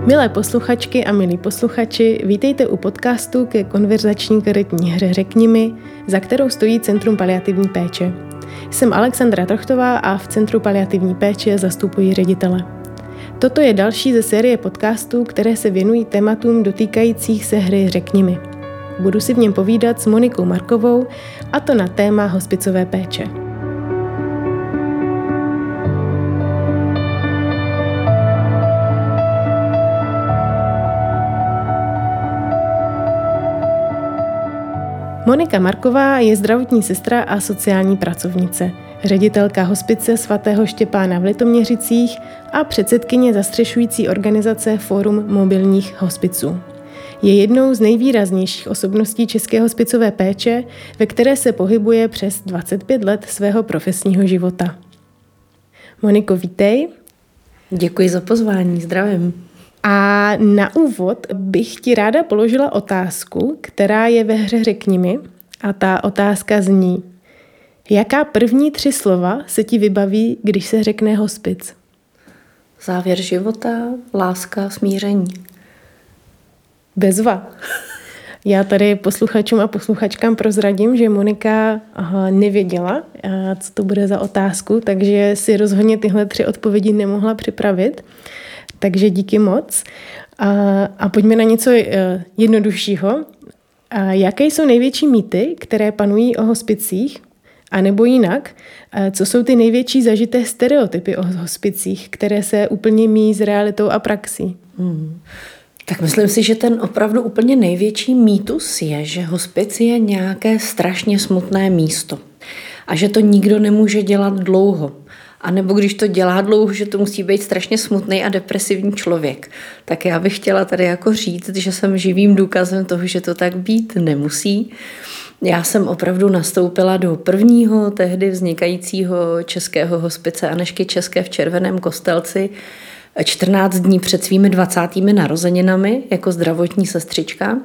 Milé posluchačky a milí posluchači, vítejte u podcastu ke konverzační karetní hře Řekni mi, za kterou stojí Centrum paliativní péče. Jsem Alexandra Trochtová a v Centru paliativní péče zastupuji ředitele. Toto je další ze série podcastů, které se věnují tématům dotýkajících se hry Řekni mi. Budu si v něm povídat s Monikou Markovou, a to na téma hospicové péče. Monika Marková je zdravotní sestra a sociální pracovnice, ředitelka hospice svatého Štěpána v Litoměřicích a předsedkyně zastřešující organizace Fórum mobilních hospiců. Je jednou z nejvýraznějších osobností české hospicové péče, ve které se pohybuje přes 25 let svého profesního života. Moniko, vítej. Děkuji za pozvání, zdravím. A na úvod bych ti ráda položila otázku, která je ve hře Řekni mi, a ta otázka zní: jaká první 3 slova se ti vybaví, když se řekne hospic? Závěr života, láska, smíření. Bezva. Já tady posluchačům a posluchačkám prozradím, že Monika nevěděla, co to bude za otázku, takže si rozhodně tyhle 3 odpovědi nemohla připravit. Takže díky moc. A pojďme na něco jednoduššího. Jaké jsou největší mýty, které panují o hospicích? A nebo jinak, co jsou ty největší zažité stereotypy o hospicích, které se úplně míjí s realitou a praxí? Tak myslím si, že ten opravdu úplně největší mýtus je, že hospic je nějaké strašně smutné místo. A že to nikdo nemůže dělat dlouho. A nebo když to dělá dlouho, že to musí být strašně smutný a depresivní člověk. Tak já bych chtěla tady jako říct, že jsem živým důkazem toho, že to tak být nemusí. Já jsem opravdu nastoupila do prvního tehdy vznikajícího českého hospice Anežky České v Červeném Kostelci 14 dní před svými 20. narozeninami jako zdravotní sestřička.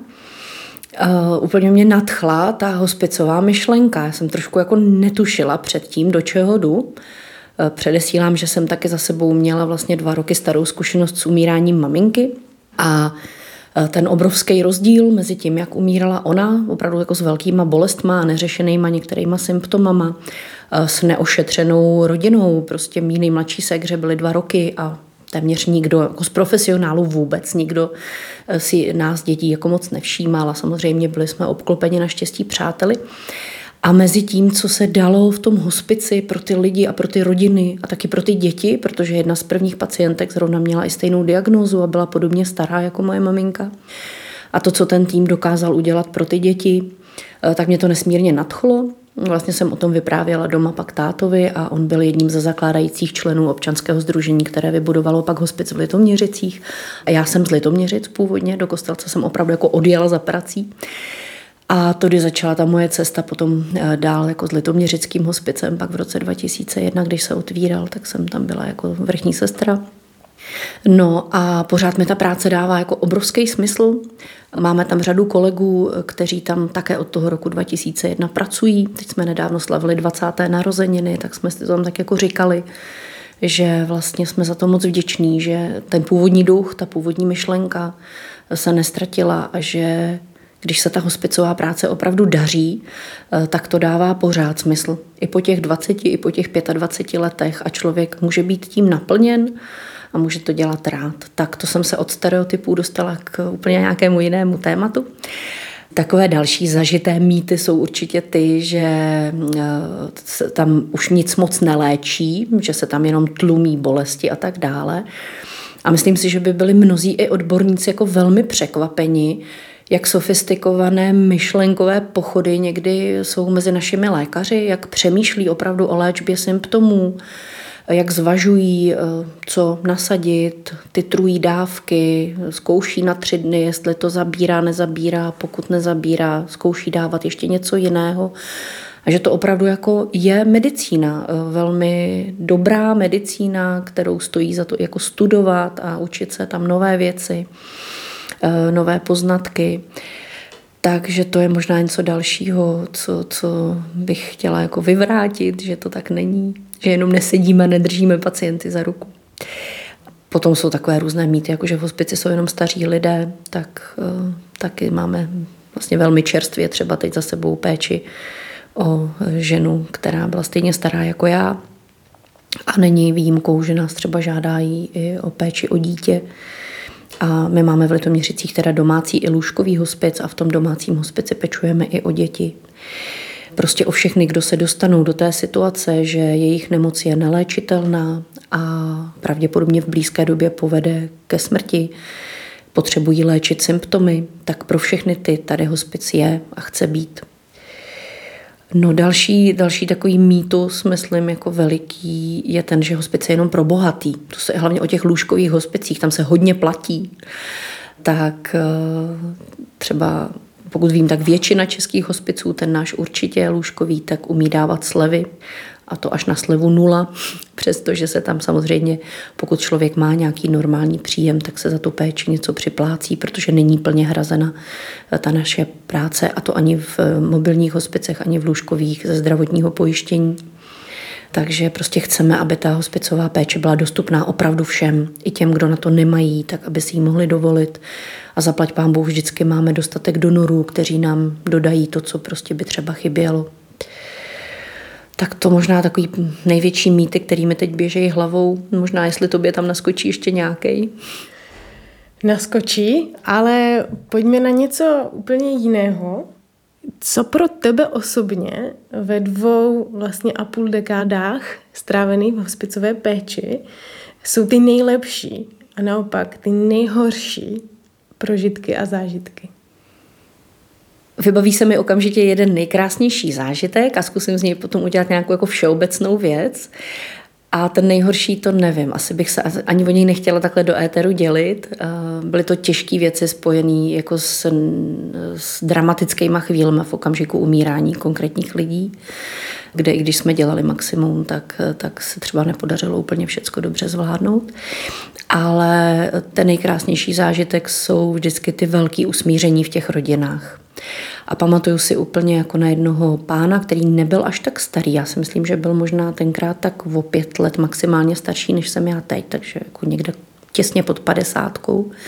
Úplně mě nadchla ta hospicová myšlenka. Já jsem trošku jako netušila předtím, do čeho jdu. Předesílám, že jsem taky za sebou měla vlastně 2 roky starou zkušenost s umíráním maminky a ten obrovský rozdíl mezi tím, jak umírala ona, opravdu jako s velkýma bolestma a neřešenýma některýma symptomama, s neošetřenou rodinou, prostě mý nejmladší ségře byly 2 roky a téměř nikdo, jako z profesionálů vůbec nikdo si nás dětí jako moc nevšímal a samozřejmě byli jsme obklopeni naštěstí přáteli. A mezi tím, co se dalo v tom hospici pro ty lidi a pro ty rodiny a taky pro ty děti, protože jedna z prvních pacientek zrovna měla i stejnou diagnózu a byla podobně stará jako moje maminka. A to, co ten tým dokázal udělat pro ty děti, tak mě to nesmírně nadchlo. Vlastně jsem o tom vyprávěla doma pak tátovi a on byl jedním ze zakládajících členů občanského sdružení, které vybudovalo pak hospic v Litoměřicích. A já jsem z Litoměřic původně, do Kostelce jsem opravdu jako odjela za prací. A tady začala ta moje cesta potom dál jako s litoměřickým hospicem, pak v roce 2001, když se otvíral, tak jsem tam byla jako vrchní sestra. No a pořád mi ta práce dává jako obrovský smysl. Máme tam řadu kolegů, kteří tam také od toho roku 2001 pracují. Teď jsme nedávno slavili 20. narozeniny, tak jsme si to tam tak jako říkali, že vlastně jsme za to moc vděční, že ten původní duch, ta původní myšlenka se nestratila a že když se ta hospicová práce opravdu daří, tak to dává pořád smysl. I po těch 20, i po těch 25 letech a člověk může být tím naplněn a může to dělat rád. Tak to jsem se od stereotypů dostala k úplně nějakému jinému tématu. Takové další zažité mýty jsou určitě ty, že se tam už nic moc neléčí, že se tam jenom tlumí bolesti a tak dále. A myslím si, že by byli mnozí i odborníci jako velmi překvapeni, jak sofistikované myšlenkové pochody někdy jsou mezi našimi lékaři, jak přemýšlí opravdu o léčbě symptomů, jak zvažují, co nasadit, titrují dávky, zkouší na 3 dny, jestli to zabírá, nezabírá, pokud nezabírá, zkouší dávat ještě něco jiného. A že to opravdu jako je medicína, velmi dobrá medicína, kterou stojí za to jako studovat a učit se tam nové věci, nové poznatky. Takže to je možná něco dalšího, co bych chtěla jako vyvrátit, že to tak není, že jenom nesedíme, nedržíme pacienty za ruku. Potom jsou takové různé mýty, jako že v hospici jsou jenom staří lidé, tak taky máme vlastně velmi čerstvě třeba teď za sebou péči o ženu, která byla stejně stará jako já. A není výjimkou, že nás třeba žádají i o péči o dítě. A my máme v Litoměřicích teda domácí i lůžkový hospic a v tom domácím hospici pečujeme i o děti. Prostě o všechny, kdo se dostanou do té situace, že jejich nemoc je neléčitelná a pravděpodobně v blízké době povede ke smrti, potřebují léčit symptomy, tak pro všechny ty tady hospic je a chce být. No další takový mýtus, myslím, jako veliký, je ten, že hospice je jenom pro bohatý. To se hlavně o těch lůžkových hospicích, tam se hodně platí. Tak třeba, pokud vím, tak většina českých hospiců, ten náš určitě je lůžkový, tak umí dávat slevy. A to až na slevu 0, přestože se tam samozřejmě, pokud člověk má nějaký normální příjem, tak se za tu péči něco připlácí, protože není plně hrazena ta naše práce, a to ani v mobilních hospicech, ani v lůžkových ze zdravotního pojištění. Takže prostě chceme, aby ta hospicová péče byla dostupná opravdu všem, i těm, kdo na to nemají, tak aby si ji mohli dovolit. A zaplať pán Bůh, vždycky máme dostatek donorů, kteří nám dodají to, co prostě by třeba chybělo. Tak to možná takový největší mýty, který mi teď běžejí hlavou. Možná, jestli tobě tam naskočí ještě nějaký. Naskočí, ale pojďme na něco úplně jiného. Co pro tebe osobně ve 2,5 dekádách strávených v hospicové péči jsou ty nejlepší a naopak ty nejhorší prožitky a zážitky? Vybaví se mi okamžitě jeden nejkrásnější zážitek a zkusím z něj potom udělat nějakou jako všeobecnou věc. A ten nejhorší to nevím. Asi bych se ani o něj nechtěla takhle do éteru dělit. Byly to těžké věci spojené jako s dramatickýma chvílemi v okamžiku umírání konkrétních lidí, kde i když jsme dělali maximum, tak se třeba nepodařilo úplně všecko dobře zvládnout. Ale ten nejkrásnější zážitek jsou vždycky ty velký usmíření v těch rodinách. A pamatuju si úplně jako na jednoho pána, který nebyl až tak starý. Já si myslím, že byl možná tenkrát tak o 5 let maximálně starší, než jsem já teď, takže jako někde těsně pod 50.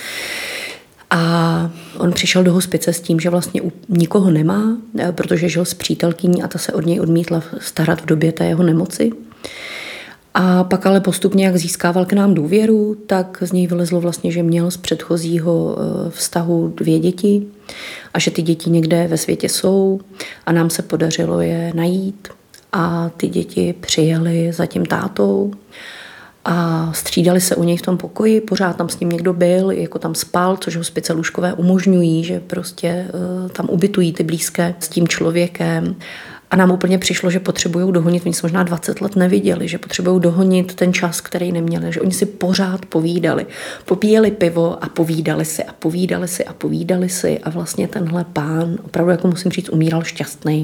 A on přišel do hospice s tím, že vlastně nikoho nemá, protože žil s přítelkyní a ta se od něj odmítla starat v době té jeho nemoci. A pak ale postupně, jak získával k nám důvěru, tak z něj vylezlo vlastně, že měl z předchozího vztahu 2 děti a že ty děti někde ve světě jsou a nám se podařilo je najít a ty děti přijeli za tím tátou a střídali se u něj v tom pokoji, pořád tam s ním někdo byl, jako tam spal, což hospice lůžkové umožňují, že prostě tam ubytují ty blízké s tím člověkem. A nám úplně přišlo, že potřebují dohonit, oni se možná 20 let neviděli, že potřebují dohonit ten čas, který neměli, že oni si pořád povídali. Popíjeli pivo a povídali si a povídali si a povídali si a vlastně tenhle pán, opravdu, jako musím říct, umíral šťastný.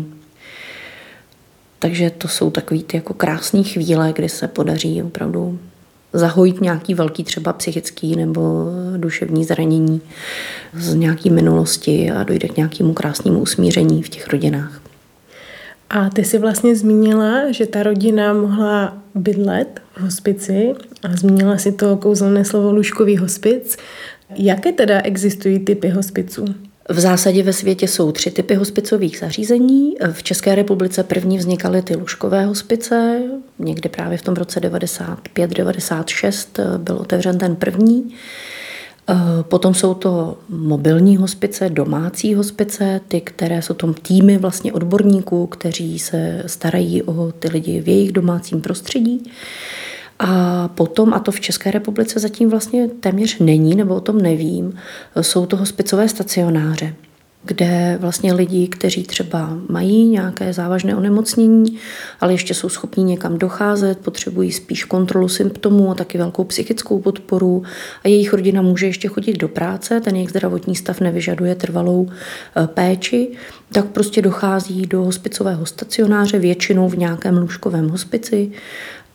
Takže to jsou takový ty jako krásné chvíle, kdy se podaří opravdu zahojit nějaký velký třeba psychický nebo duševní zranění z nějaký minulosti a dojde k nějakému krásnému usmíření v těch rodinách. A ty jsi vlastně zmínila, že ta rodina mohla bydlet v hospici a zmínila si to kouzelné slovo lůžkový hospic. Jaké teda existují typy hospiců? V zásadě ve světě jsou 3 typy hospicových zařízení. V České republice první vznikaly ty lůžkové hospice. Někdy právě v tom roce 95-96 byl otevřen ten první. Potom jsou to mobilní hospice, domácí hospice, ty, které jsou tam týmy vlastně odborníků, kteří se starají o ty lidi v jejich domácím prostředí. A potom, a to v České republice zatím vlastně téměř není, nebo o tom nevím, jsou to hospicové stacionáře, kde vlastně lidi, kteří třeba mají nějaké závažné onemocnění, ale ještě jsou schopní někam docházet, potřebují spíš kontrolu symptomů a taky velkou psychickou podporu a jejich rodina může ještě chodit do práce, ten jejich zdravotní stav nevyžaduje trvalou péči, tak prostě dochází do hospicového stacionáře, většinou v nějakém lůžkovém hospici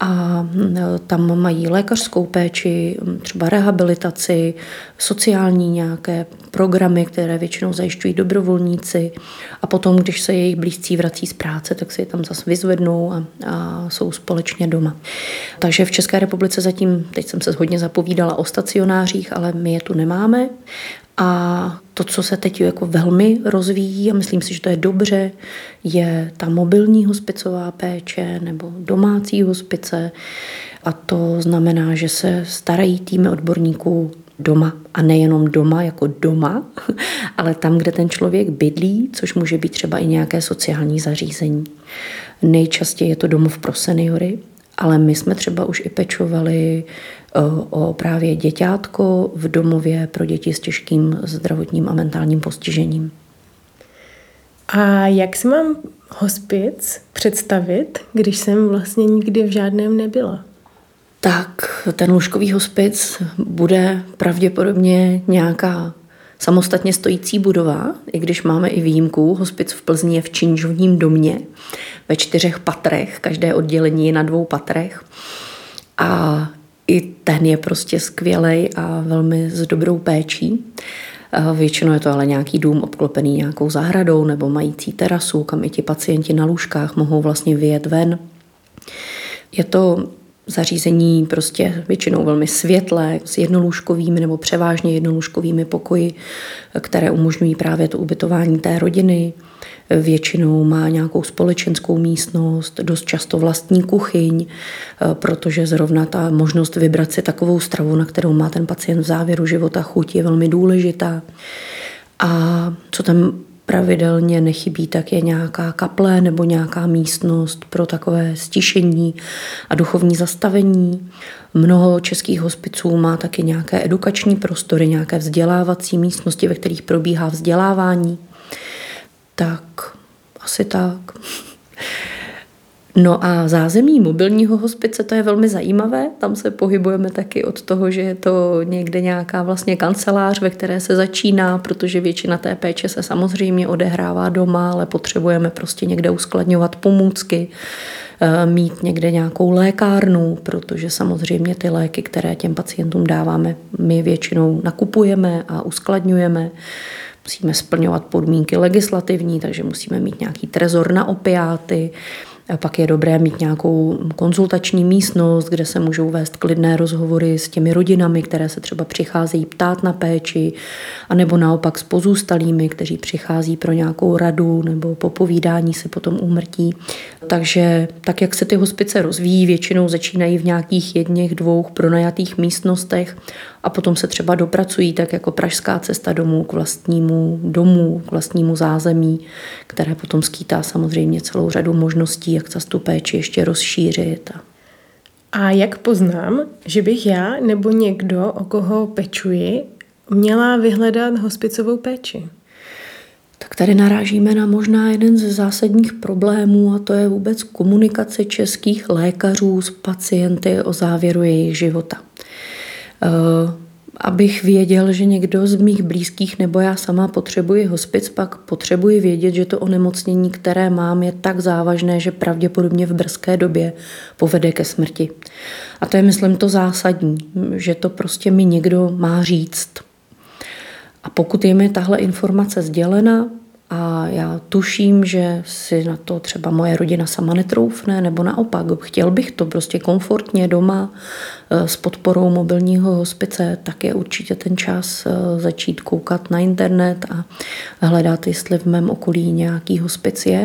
a tam mají lékařskou péči, třeba rehabilitaci, sociální nějaké programy, které většinou zajišťují dobrovolníci a potom, když se jejich blízcí vrací z práce, tak se je tam zase vyzvednou a jsou společně doma. Takže v České republice zatím, teď jsem se hodně zapovídala o stacionářích, ale my je tu nemáme. A to, co se teď jako velmi rozvíjí, a myslím si, že to je dobře, je ta mobilní hospicová péče nebo domácí hospice. A to znamená, že se starají týmy odborníků doma. A nejenom doma jako doma, ale tam, kde ten člověk bydlí, což může být třeba i nějaké sociální zařízení. Nejčastěji je to domov pro seniory, ale my jsme třeba už i pečovali o právě děťátko v domově pro děti s těžkým zdravotním a mentálním postižením. A jak si mám hospic představit, když jsem vlastně nikdy v žádném nebyla? Tak ten lůžkový hospic bude pravděpodobně nějaká samostatně stojící budova, i když máme i výjimku. Hospic v Plzni je v činžovním domě ve 4 patrech, každé oddělení je na 2 patrech. A i ten je prostě skvělej a velmi s dobrou péčí. Většinou je to ale nějaký dům obklopený nějakou zahradou nebo mající terasu, kam i ti pacienti na lůžkách mohou vlastně vyjet ven. Je to zařízení prostě většinou velmi světlé, s jednolůžkovými nebo převážně jednolůžkovými pokoji, které umožňují právě to ubytování té rodiny. Většinou má nějakou společenskou místnost, dost často vlastní kuchyň, protože zrovna ta možnost vybrat si takovou stravu, na kterou má ten pacient v závěru života chuť, je velmi důležitá. A co tam pravidelně nechybí, tak je nějaká kaple nebo nějaká místnost pro takové stišení a duchovní zastavení. Mnoho českých hospiců má taky nějaké edukační prostory, nějaké vzdělávací místnosti, ve kterých probíhá vzdělávání. Tak, asi tak. No a zázemí mobilního hospice, to je velmi zajímavé. Tam se pohybujeme taky od toho, že je to někde nějaká vlastně kancelář, ve které se začíná, protože většina té péče se samozřejmě odehrává doma, ale potřebujeme prostě někde uskladňovat pomůcky, mít někde nějakou lékárnu, protože samozřejmě ty léky, které těm pacientům dáváme, my většinou nakupujeme a uskladňujeme. Musíme splňovat podmínky legislativní, takže musíme mít nějaký trezor na opiáty. A pak je dobré mít nějakou konzultační místnost, kde se můžou vést klidné rozhovory s těmi rodinami, které se třeba přicházejí ptát na péči, anebo naopak s pozůstalými, kteří přichází pro nějakou radu nebo popovídání se potom úmrtí. Takže tak, jak se ty hospice rozvíjí, většinou začínají v nějakých 1-2 pronajatých místnostech a potom se třeba dopracují tak jako Pražská cesta domů k vlastnímu domu, k vlastnímu zázemí, které potom skýtá samozřejmě celou řadu možností, jak tu péči ještě rozšířit. A jak poznám, že bych já nebo někdo, o koho pečuji, měla vyhledat hospicovou péči? Tak tady narážíme na možná jeden ze zásadních problémů a to je vůbec komunikace českých lékařů s pacienty o závěru jejich života. Abych věděl, že někdo z mých blízkých nebo já sama potřebuji hospic, pak potřebuji vědět, že to onemocnění, které mám, je tak závažné, že pravděpodobně v brzké době povede ke smrti. A to je, myslím, to zásadní, že to prostě mi někdo má říct. A pokud je mi tahle informace sdělena a já tuším, že si na to třeba moje rodina sama netroufne, nebo naopak, chtěl bych to prostě komfortně doma s podporou mobilního hospice, tak je určitě ten čas začít koukat na internet a hledat, jestli v mém okolí nějaký hospic je.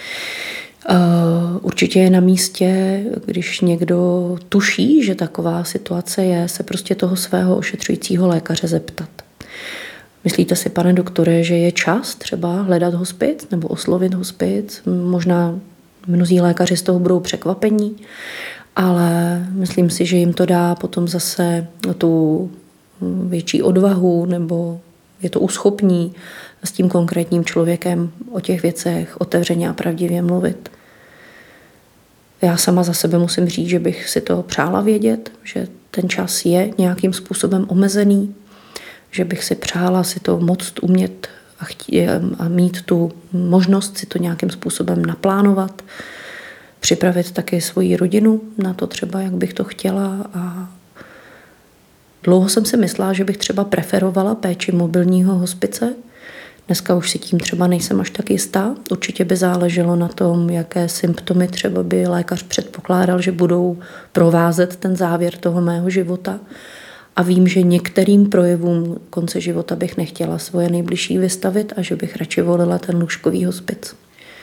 Určitě je na místě, když někdo tuší, že taková situace je, se prostě toho svého ošetřujícího lékaře zeptat. Myslíte si, pane doktore, že je čas třeba hledat hospic nebo oslovit hospic? Možná mnozí lékaři z toho budou překvapení, ale myslím si, že jim to dá potom zase tu větší odvahu nebo je to uschopní s tím konkrétním člověkem o těch věcech otevřeně a pravdivě mluvit. Já sama za sebe musím říct, že bych si to přála vědět, že ten čas je nějakým způsobem omezený, že bych si přála si to moct umět a mít tu možnost si to nějakým způsobem naplánovat. připravit taky svoji rodinu na to třeba, jak bych to chtěla. A dlouho jsem si myslela, že bych třeba preferovala péči mobilního hospice. Dneska už si tím třeba nejsem až tak jistá. Určitě by záleželo na tom, jaké symptomy třeba by lékař předpokládal, že budou provázet ten závěr toho mého života. A vím, že některým projevům konce života bych nechtěla svoje nejbližší vystavit a že bych radši volila ten lůžkový hospic.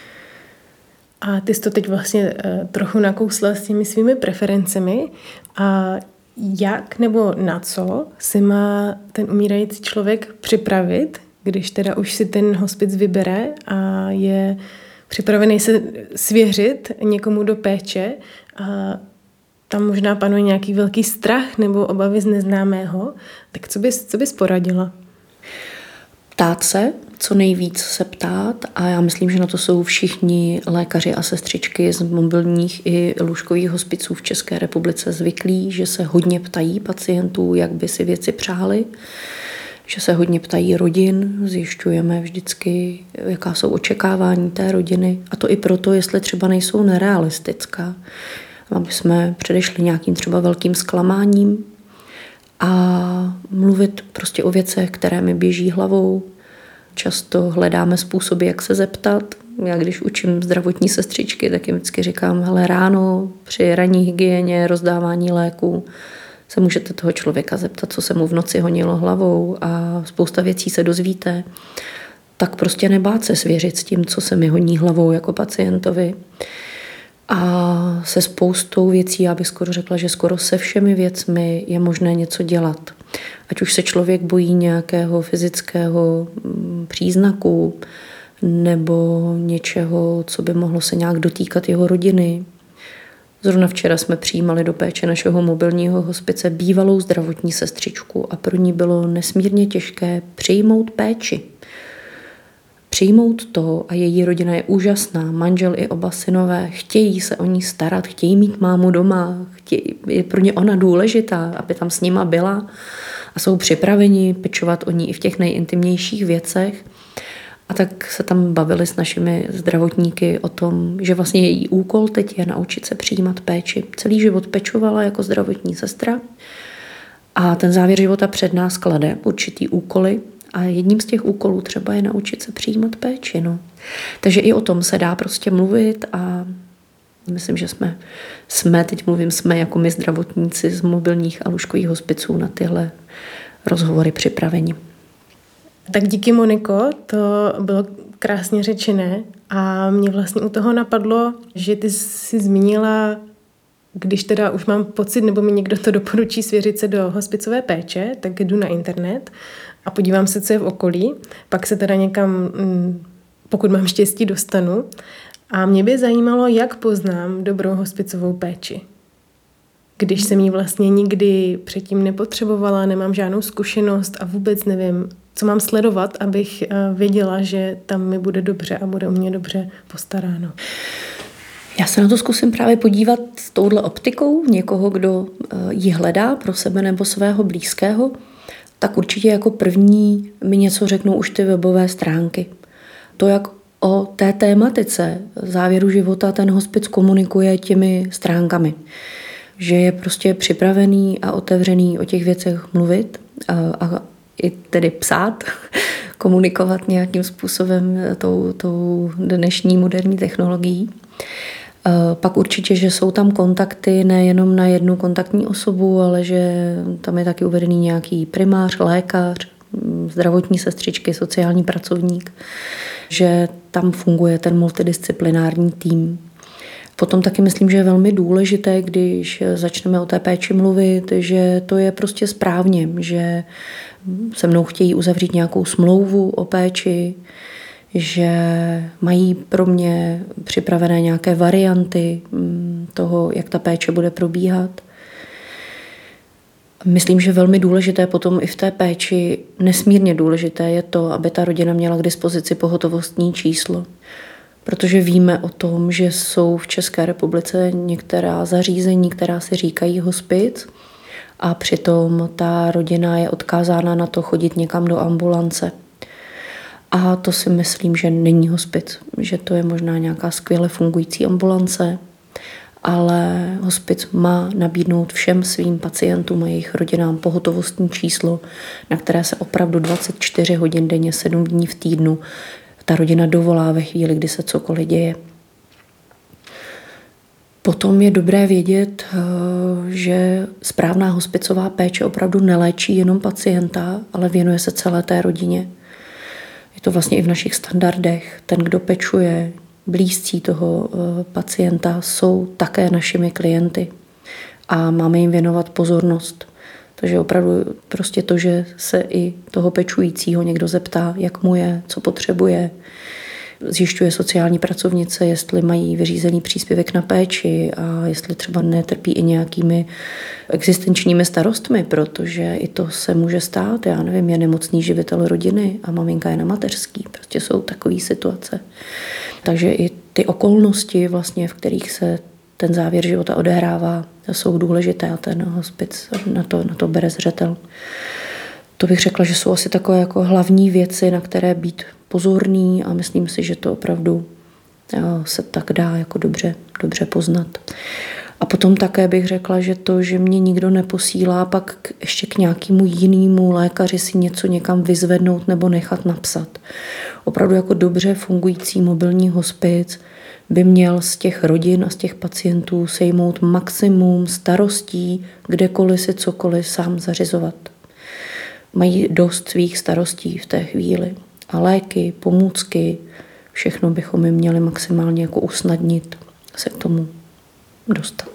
A ty jsi to teď vlastně trochu nakousla s těmi svými preferencemi. A jak nebo na co si má ten umírající člověk připravit, když teda už si ten hospic vybere a je připravený se svěřit někomu do péče a tam možná panuje nějaký velký strach nebo obavy z neznámého, tak co bys poradila? Ptát se, co nejvíc se ptát a já myslím, že na to jsou všichni lékaři a sestřičky z mobilních i lůžkových hospiců v České republice zvyklí, že se hodně ptají pacientů, jak by si věci přáli, že se hodně ptají rodin, zjišťujeme vždycky, jaká jsou očekávání té rodiny a to i proto, jestli třeba nejsou nerealistická, aby jsme předešli nějakým třeba velkým zklamáním a mluvit prostě o věcech, které mi běží hlavou. Často hledáme způsoby, jak se zeptat. Já když učím zdravotní sestřičky, tak jim vždycky říkám, hele, ráno při ranní hygieně, rozdávání léků se můžete toho člověka zeptat, co se mu v noci honilo hlavou a spousta věcí se dozvíte. Tak prostě nebát se svěřit s tím, co se mi honí hlavou jako pacientovi. A se spoustou věcí, já bych skoro řekla, že skoro se všemi věcmi je možné něco dělat. Ať už se člověk bojí nějakého fyzického příznaku nebo něčeho, co by mohlo se nějak dotýkat jeho rodiny. Zrovna včera jsme přijímali do péče našeho mobilního hospice bývalou zdravotní sestřičku a pro ní bylo nesmírně těžké přijmout péči. Přijmout to a její rodina je úžasná, manžel i oba synové chtějí se o ní starat, chtějí mít mámu doma, je pro ně ona důležitá, aby tam s nima byla a jsou připraveni pečovat o ní i v těch nejintimnějších věcech. A tak se tam bavili s našimi zdravotníky o tom, že vlastně její úkol teď je naučit se přijímat péči. Celý život pečovala jako zdravotní sestra a ten závěr života před nás klade určitý úkoly a jedním z těch úkolů třeba je naučit se přijímat péči. No. Takže i o tom se dá prostě mluvit a myslím, že jsme jako my zdravotníci z mobilních a lůžkových hospiců na tyhle rozhovory připraveni. Tak díky, Moniko, to bylo krásně řečené a mě vlastně u toho napadlo, že ty jsi zmínila, když teda už mám pocit, nebo mi někdo to doporučí svěřit se do hospicové péče, tak jdu na internet a podívám se, co je v okolí, pak se teda někam, pokud mám štěstí, dostanu a mě by zajímalo, jak poznám dobrou hospicovou péči. Když jsem ji vlastně nikdy předtím nepotřebovala, nemám žádnou zkušenost a vůbec nevím, co mám sledovat, abych věděla, že tam mi bude dobře a bude o mě dobře postaráno. Já se na to zkusím právě podívat s touhle optikou někoho, kdo ji hledá pro sebe nebo svého blízkého, tak určitě jako první mi něco řeknou už ty webové stránky. To, jak o té tématice závěru života ten hospic komunikuje těmi stránkami. Že je prostě připravený a otevřený o těch věcech mluvit a i tedy psát, komunikovat nějakým způsobem tou dnešní moderní technologií. Pak určitě, že jsou tam kontakty nejenom na jednu kontaktní osobu, ale že tam je taky uvedený nějaký primář, lékař, zdravotní sestřičky, sociální pracovník, že tam funguje ten multidisciplinární tým. Potom taky myslím, že je velmi důležité, když začneme o té péči mluvit, že to je prostě správně, že se mnou chtějí uzavřít nějakou smlouvu o péči, že mají pro mě připravené nějaké varianty toho, jak ta péče bude probíhat. Myslím, že velmi důležité potom i v té péči, nesmírně důležité je to, aby ta rodina měla k dispozici pohotovostní číslo. Protože víme o tom, že jsou v České republice některá zařízení, která se říkají hospic a přitom ta rodina je odkázána na to chodit někam do ambulance. A to si myslím, že není hospic, že to je možná nějaká skvěle fungující ambulance, ale hospic má nabídnout všem svým pacientům a jejich rodinám pohotovostní číslo, na které se opravdu 24 hodin denně, 7 dní v týdnu ta rodina dovolá ve chvíli, kdy se cokoliv děje. Potom je dobré vědět, že správná hospicová péče opravdu neléčí jenom pacienta, ale věnuje se celé té rodině. Je to vlastně i v našich standardech. Ten, kdo pečuje, blízcí toho pacienta, jsou také našimi klienty a máme jim věnovat pozornost. Takže opravdu prostě to, že se i toho pečujícího někdo zeptá, jak mu je, co potřebuje, zjišťuje sociální pracovnice, jestli mají vyřízený příspěvek na péči a jestli třeba netrpí i nějakými existenčními starostmi, protože i to se může stát. Já nevím, je nemocný živitel rodiny a maminka je na mateřský. Prostě jsou takové situace. Takže i ty okolnosti, vlastně, v kterých se ten závěr života odehrává, jsou důležité a ten hospic na to bere zřetel. To bych řekla, že jsou asi takové jako hlavní věci, na které být pozorný a myslím si, že to opravdu se tak dá jako dobře poznat. A potom také bych řekla, že to, že mě nikdo neposílá pak ještě k nějakému jinému lékaři si něco někam vyzvednout nebo nechat napsat. Opravdu jako dobře fungující mobilní hospic by měl z těch rodin a z těch pacientů sejmout maximum starostí, kdekoliv si cokoliv sám zařizovat. Mají dost svých starostí v té chvíli. A léky, pomůcky, všechno bychom jim měli maximálně jako usnadnit se k tomu dostat.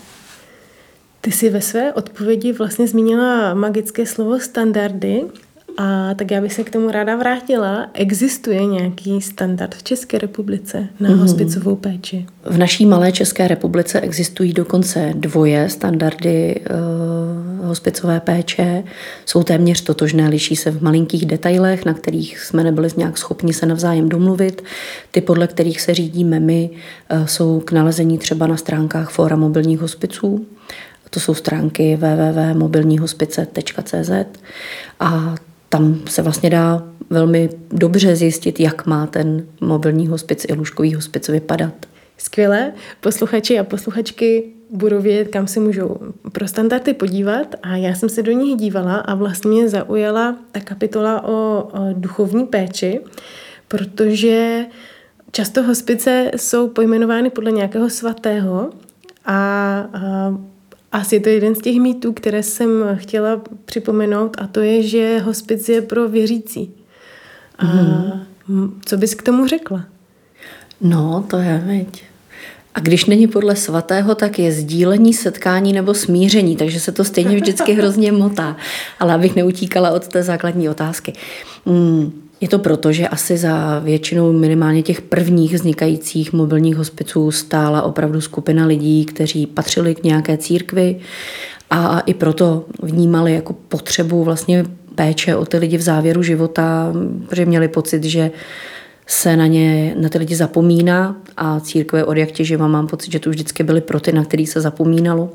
Ty jsi ve své odpovědi vlastně zmínila magické slovo standardy, a tak já bych se k tomu ráda vrátila. Existuje nějaký standard v České republice na hospicovou péči? V naší malé České republice existují dokonce 2 standardy hospicové péče. Jsou téměř totožné, liší se v malinkých detailech, na kterých jsme nebyli nějak schopni se navzájem domluvit. Ty, podle kterých se řídíme my, jsou k nalezení třeba na stránkách Fóra mobilních hospiců. To jsou stránky www.mobilnihospice.cz a tam se vlastně dá velmi dobře zjistit, jak má ten mobilní hospic i lůžkový hospic vypadat. Skvělé. Posluchači a posluchačky budou vědět, kam se můžou pro standardy podívat a já jsem se do nich dívala a vlastně mě zaujala ta kapitola o duchovní péči, protože často hospice jsou pojmenovány podle nějakého svatého a asi je to jeden z těch mýtů, které jsem chtěla připomenout a to je, že hospic je pro věřící. A co bys k tomu řekla? No, to je, veď. A když není podle svatého, tak je sdílení, setkání nebo smíření, takže se to stejně vždycky hrozně motá. Ale abych neutíkala od té základní otázky. Je to proto, že asi za většinou minimálně těch prvních vznikajících mobilních hospiců stála opravdu skupina lidí, kteří patřili k nějaké církvi a i proto vnímali jako potřebu vlastně péče o ty lidi v závěru života, protože měli pocit, že se na ty lidi zapomíná a církve od jak těživa mám pocit, že to vždycky byly pro ty, na který se zapomínalo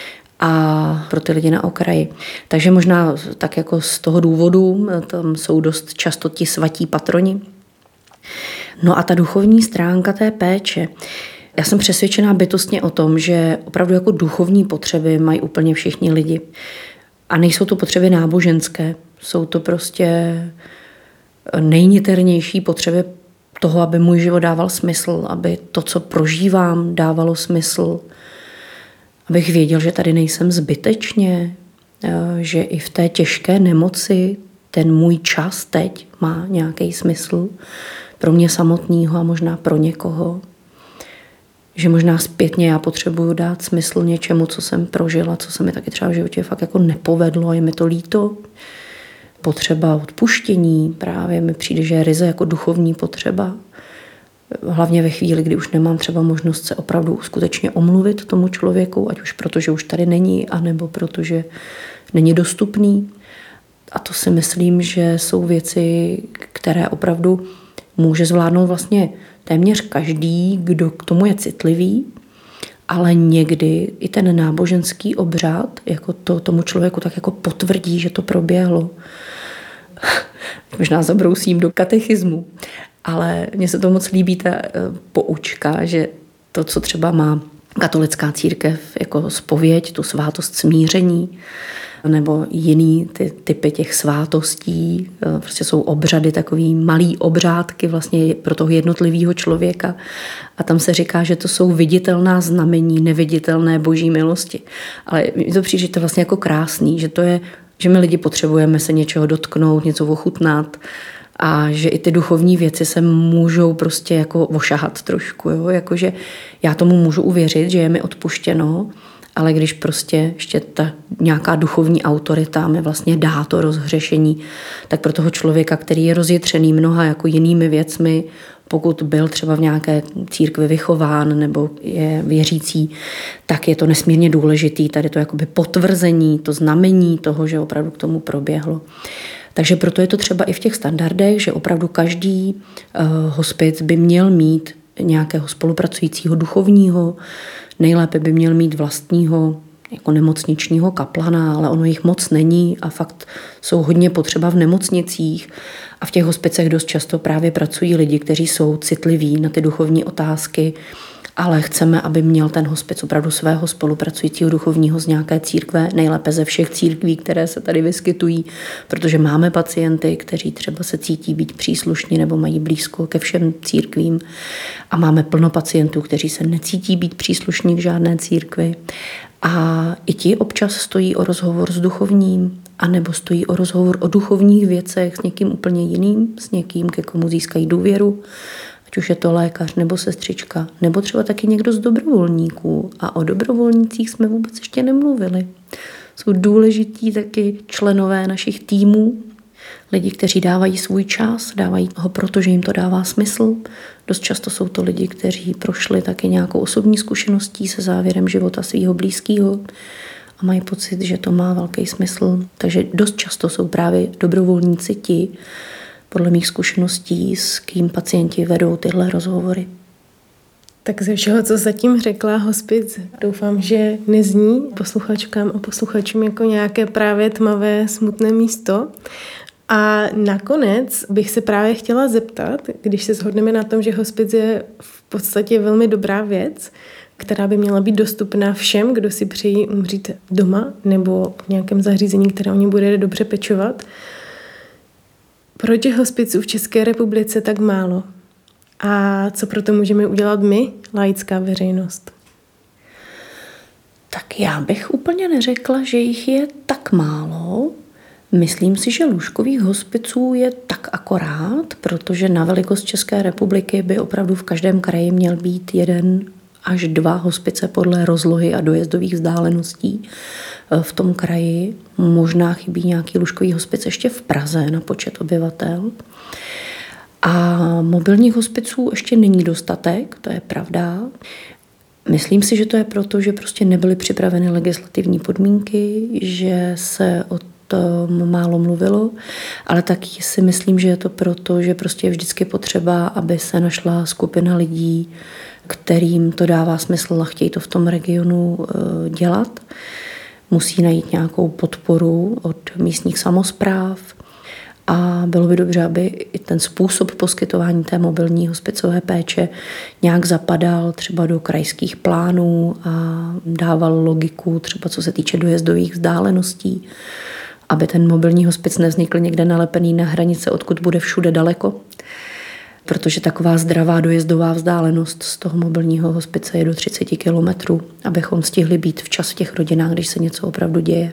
a pro ty lidi na okraji. Takže možná tak jako z toho důvodu tam jsou dost často ti svatí patroni. No a ta duchovní stránka té péče. Já jsem přesvědčená bytostně o tom, že opravdu jako duchovní potřeby mají úplně všichni lidi. A nejsou to potřeby náboženské. Jsou to prostě nejniternější potřeby toho, aby můj život dával smysl, aby to, co prožívám, dávalo smysl, abych věděl, že tady nejsem zbytečně, že i v té těžké nemoci ten můj čas teď má nějaký smysl pro mě samotného a možná pro někoho. Že možná zpětně já potřebuju dát smysl něčemu, co jsem prožila, co se mi taky třeba v životě fakt jako nepovedlo a je mi to líto. Potřeba odpuštění právě mi přijde, že je ryze jako duchovní potřeba. Hlavně ve chvíli, kdy už nemám třeba možnost se opravdu skutečně omluvit tomu člověku, ať už proto, že už tady není, anebo protože není dostupný. A to si myslím, že jsou věci, které opravdu může zvládnout vlastně téměř každý, kdo k tomu je citlivý, ale někdy i ten náboženský obřad jako tomu člověku tak jako potvrdí, že to proběhlo. Možná zabrousím do katechismu, ale mně se to moc líbí ta poučka, že to, co třeba má katolická církev jako zpověď, tu svátost smíření, nebo jiný ty typy těch svátostí. Prostě jsou obřady, takový malý obřádky vlastně pro toho jednotlivého člověka. A tam se říká, že to jsou viditelná znamení neviditelné boží milosti. Ale mi to přijde, že to je vlastně jako krásný, že to je, že my lidi potřebujeme se něčeho dotknout, něco ochutnat a že i ty duchovní věci se můžou prostě jako ošahat trošku. Jo? Jakože já tomu můžu uvěřit, že je mi odpuštěno, ale když prostě ještě ta nějaká duchovní autorita mi vlastně dá to rozhřešení, tak pro toho člověka, který je rozjetřený mnoha jako jinými věcmi, pokud byl třeba v nějaké církvi vychován nebo je věřící, tak je to nesmírně důležitý. Tady to jakoby potvrzení, to znamení toho, že opravdu k tomu proběhlo. Takže proto je to třeba i v těch standardech, že opravdu každý hospic by měl mít nějakého spolupracujícího duchovního, nejlépe by měl mít vlastního jako nemocničního kaplana, ale ono jich moc není a fakt jsou hodně potřeba v nemocnicích a v těch hospicech dost často právě pracují lidi, kteří jsou citliví na ty duchovní otázky, ale chceme, aby měl ten hospic opravdu svého spolupracujícího duchovního z nějaké církve, nejlépe ze všech církví, které se tady vyskytují, protože máme pacienty, kteří třeba se cítí být příslušní nebo mají blízko ke všem církvím a máme plno pacientů, kteří se necítí být příslušní k žádné církvi. A i ti občas stojí o rozhovor s duchovním, anebo stojí o rozhovor o duchovních věcech s někým úplně jiným, s někým, ke komu získají důvěru, ať už je to lékař nebo sestřička, nebo třeba taky někdo z dobrovolníků. A o dobrovolnících jsme vůbec ještě nemluvili. Jsou důležití taky členové našich týmů, lidi, kteří dávají svůj čas, dávají ho proto, že jim to dává smysl. Dost často jsou to lidi, kteří prošli taky nějakou osobní zkušeností se závěrem života svého blízkého a mají pocit, že to má velký smysl. Takže dost často jsou právě dobrovolníci ti, podle mých zkušeností, s kým pacienti vedou tyhle rozhovory. Tak ze všeho, co zatím řekla hospic, doufám, že nezní posluchačkám a posluchačům jako nějaké právě tmavé, smutné místo. A nakonec bych se právě chtěla zeptat, když se shodneme na tom, že hospic je v podstatě velmi dobrá věc, která by měla být dostupná všem, kdo si přejí umřít doma nebo v nějakém zařízení, které o ně bude dobře pečovat. Proč je hospiců v České republice tak málo? A co proto můžeme udělat my, laická veřejnost? Tak já bych úplně neřekla, že jich je tak málo. Myslím si, že lůžkových hospiců je tak akorát, protože na velikost České republiky by opravdu v každém kraji měl být 1 až 2 hospice podle rozlohy a dojezdových vzdáleností v tom kraji. Možná chybí nějaký lůžkový hospic ještě v Praze na počet obyvatel. A mobilních hospiců ještě není dostatek, to je pravda. Myslím si, že to je proto, že prostě nebyly připraveny legislativní podmínky, že se o tom málo mluvilo, ale taky si myslím, že je to proto, že prostě je vždycky potřeba, aby se našla skupina lidí, kterým to dává smysl a chtějí to v tom regionu dělat. Musí najít nějakou podporu od místních samospráv a bylo by dobře, aby i ten způsob poskytování té mobilní hospicové péče nějak zapadal třeba do krajských plánů a dával logiku třeba co se týče dojezdových vzdáleností, aby ten mobilní hospic nevznikl někde nalepený na hranice, odkud bude všude daleko, protože taková zdravá dojezdová vzdálenost z toho mobilního hospice je do 30 kilometrů, abychom stihli být včas v těch rodinách, když se něco opravdu děje.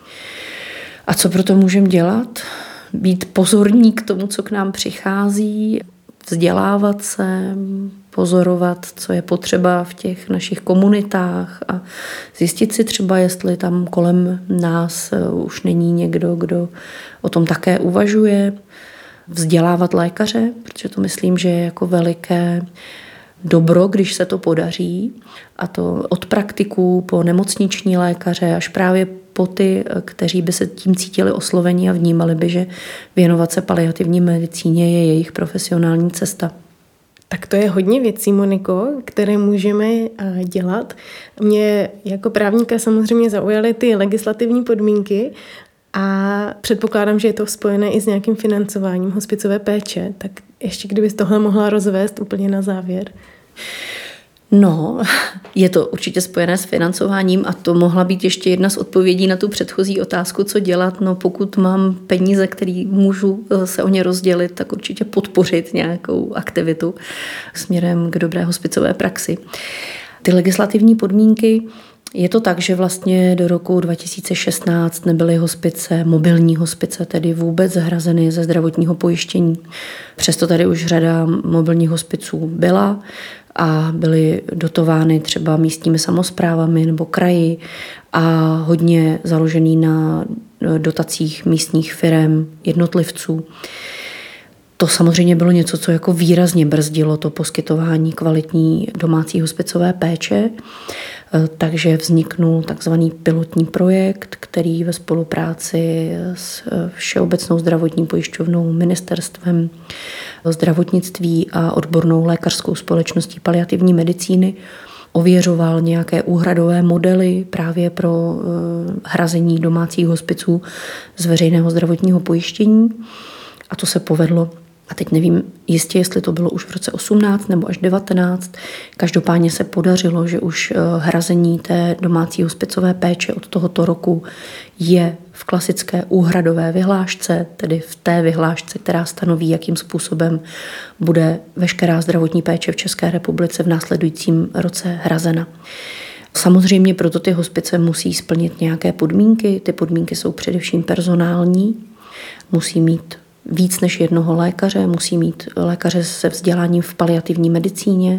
A co proto můžeme dělat? Být pozorní k tomu, co k nám přichází, vzdělávat se, pozorovat, co je potřeba v těch našich komunitách a zjistit si třeba, jestli tam kolem nás už není někdo, kdo o tom také uvažuje. Vzdělávat lékaře, protože to myslím, že je jako veliké dobro, když se to podaří. A to od praktiků po nemocniční lékaře až právě po ty, kteří by se tím cítili osloveni a vnímali by, že věnovat se paliativní medicíně je jejich profesionální cesta. Tak to je hodně věcí, Moniko, které můžeme dělat. Mě jako právníka samozřejmě zaujaly ty legislativní podmínky a předpokládám, že je to spojené i s nějakým financováním hospicové péče. Tak ještě kdybys tohle mohla rozvést úplně na závěr. No, je to určitě spojené s financováním a to mohla být ještě jedna z odpovědí na tu předchozí otázku, co dělat. No, pokud mám peníze, které můžu se o ně rozdělit, tak určitě podpořit nějakou aktivitu směrem k dobré hospicové praxi. Ty legislativní podmínky, je to tak, že vlastně do roku 2016 nebyly hospice, mobilní hospice, tedy vůbec hrazeny ze zdravotního pojištění. Přesto tady už řada mobilních hospiců byla a byly dotovány třeba místními samosprávami nebo kraji a hodně založený na dotacích místních firem, jednotlivců. To samozřejmě bylo něco, co jako výrazně brzdilo to poskytování kvalitní domácí hospicové péče, takže vzniknul takzvaný pilotní projekt, který ve spolupráci s Všeobecnou zdravotní pojišťovnou, ministerstvem zdravotnictví a odbornou lékařskou společností paliativní medicíny ověřoval nějaké úhradové modely právě pro hrazení domácích hospiců z veřejného zdravotního pojištění. A to se povedlo. A teď nevím jistě, jestli to bylo už v roce 18 nebo až 19. Každopádně se podařilo, že už hrazení té domácí hospicové péče od tohoto roku je v klasické úhradové vyhlášce, tedy v té vyhlášce, která stanoví, jakým způsobem bude veškerá zdravotní péče v České republice v následujícím roce hrazena. Samozřejmě proto ty hospice musí splnit nějaké podmínky. Ty podmínky jsou především personální. Musí mít víc než jednoho lékaře, musí mít lékaře se vzděláním v paliativní medicíně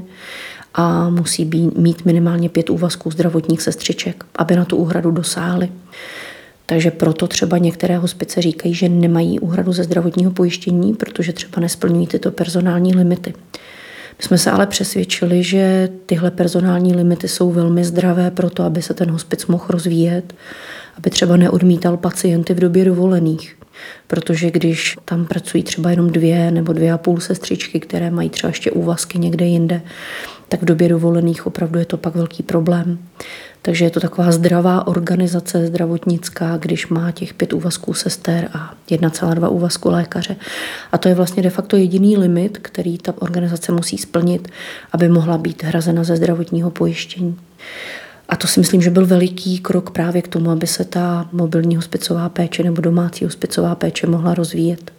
a musí mít minimálně 5 úvazků zdravotních sestřiček, aby na tu úhradu dosáhly. Takže proto třeba některé hospice říkají, že nemají úhradu ze zdravotního pojištění, protože třeba nesplňují tyto personální limity. My jsme se ale přesvědčili, že tyhle personální limity jsou velmi zdravé pro to, aby se ten hospic mohl rozvíjet, aby třeba neodmítal pacienty v době dovolených. Protože když tam pracují třeba jenom 2 nebo 2,5 sestřičky, které mají třeba ještě úvazky někde jinde, tak v době dovolených opravdu je to pak velký problém. Takže je to taková zdravá organizace zdravotnická, když má těch 5 úvazků sester a 1,2 úvazku lékaře. A to je vlastně de facto jediný limit, který ta organizace musí splnit, aby mohla být hrazena ze zdravotního pojištění. A to si myslím, že byl veliký krok právě k tomu, aby se ta mobilní hospicová péče nebo domácí hospicová péče mohla rozvíjet.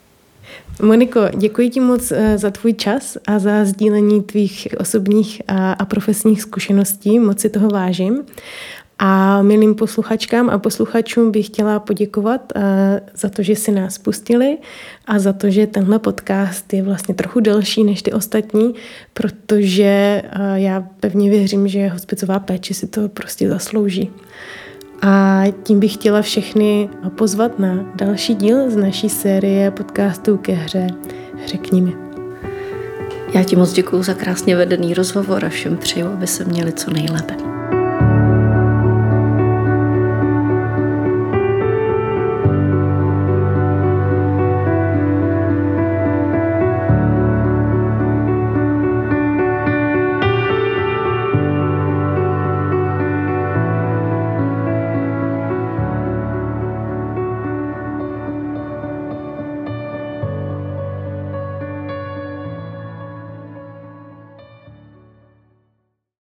Moniko, děkuji ti moc za tvůj čas a za sdílení tvých osobních a profesních zkušeností. Moc si toho vážím. A milým posluchačkám a posluchačům bych chtěla poděkovat za to, že si nás pustili a za to, že tenhle podcast je vlastně trochu delší než ty ostatní, protože já pevně věřím, že hospicová péče si to prostě zaslouží. A tím bych chtěla všechny pozvat na další díl z naší série podcastů ke hře Řekni mi. Já ti moc děkuju za krásně vedený rozhovor a všem přeju, aby se měli co nejlépe.